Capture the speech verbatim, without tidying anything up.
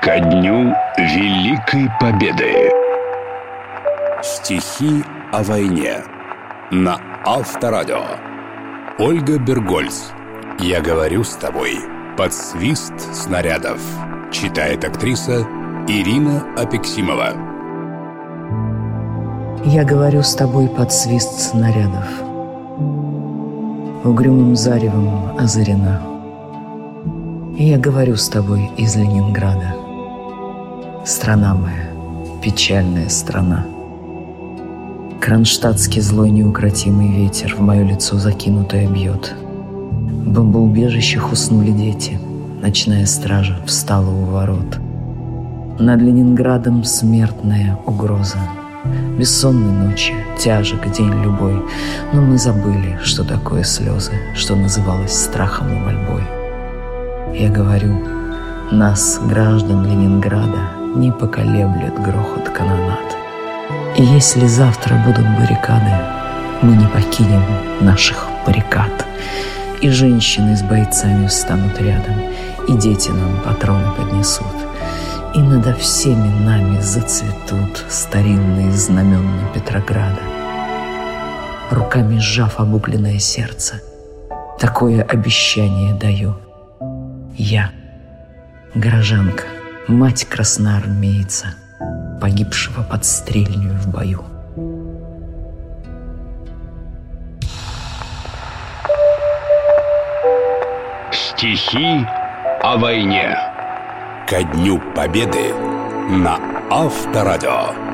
Ко дню Великой Победы. Стихи о войне на Авторадио. Ольга Бергольц. «Я говорю с тобой» под свист снарядов. Читает актриса Ирина Апексимова. Я говорю с тобой под свист снарядов. Угрюмым заревом озарена. Я говорю с тобой из Ленинграда. Страна моя, печальная страна. Кронштадтский злой неукротимый ветер в мое лицо закинутое бьет. В бомбоубежищах уснули дети. Ночная стража встала у ворот. Над Ленинградом смертная угроза. Бессонной ночи, тяжек день любой. Но мы забыли, что такое слезы, что называлось страхом и мольбой. Я говорю, нас, граждан Ленинграда, не поколеблет грохот канонад. И если завтра будут баррикады, мы не покинем наших баррикад. И женщины с бойцами встанут рядом, и дети нам патроны поднесут. И надо всеми нами зацветут старинные знамена Петрограда. Руками сжав обугленное сердце, такое обещание даю. Я, горожанка, мать красноармейца, погибшего под стрельню в бою. Стихи о войне. Ко дню Победы на Авторадио.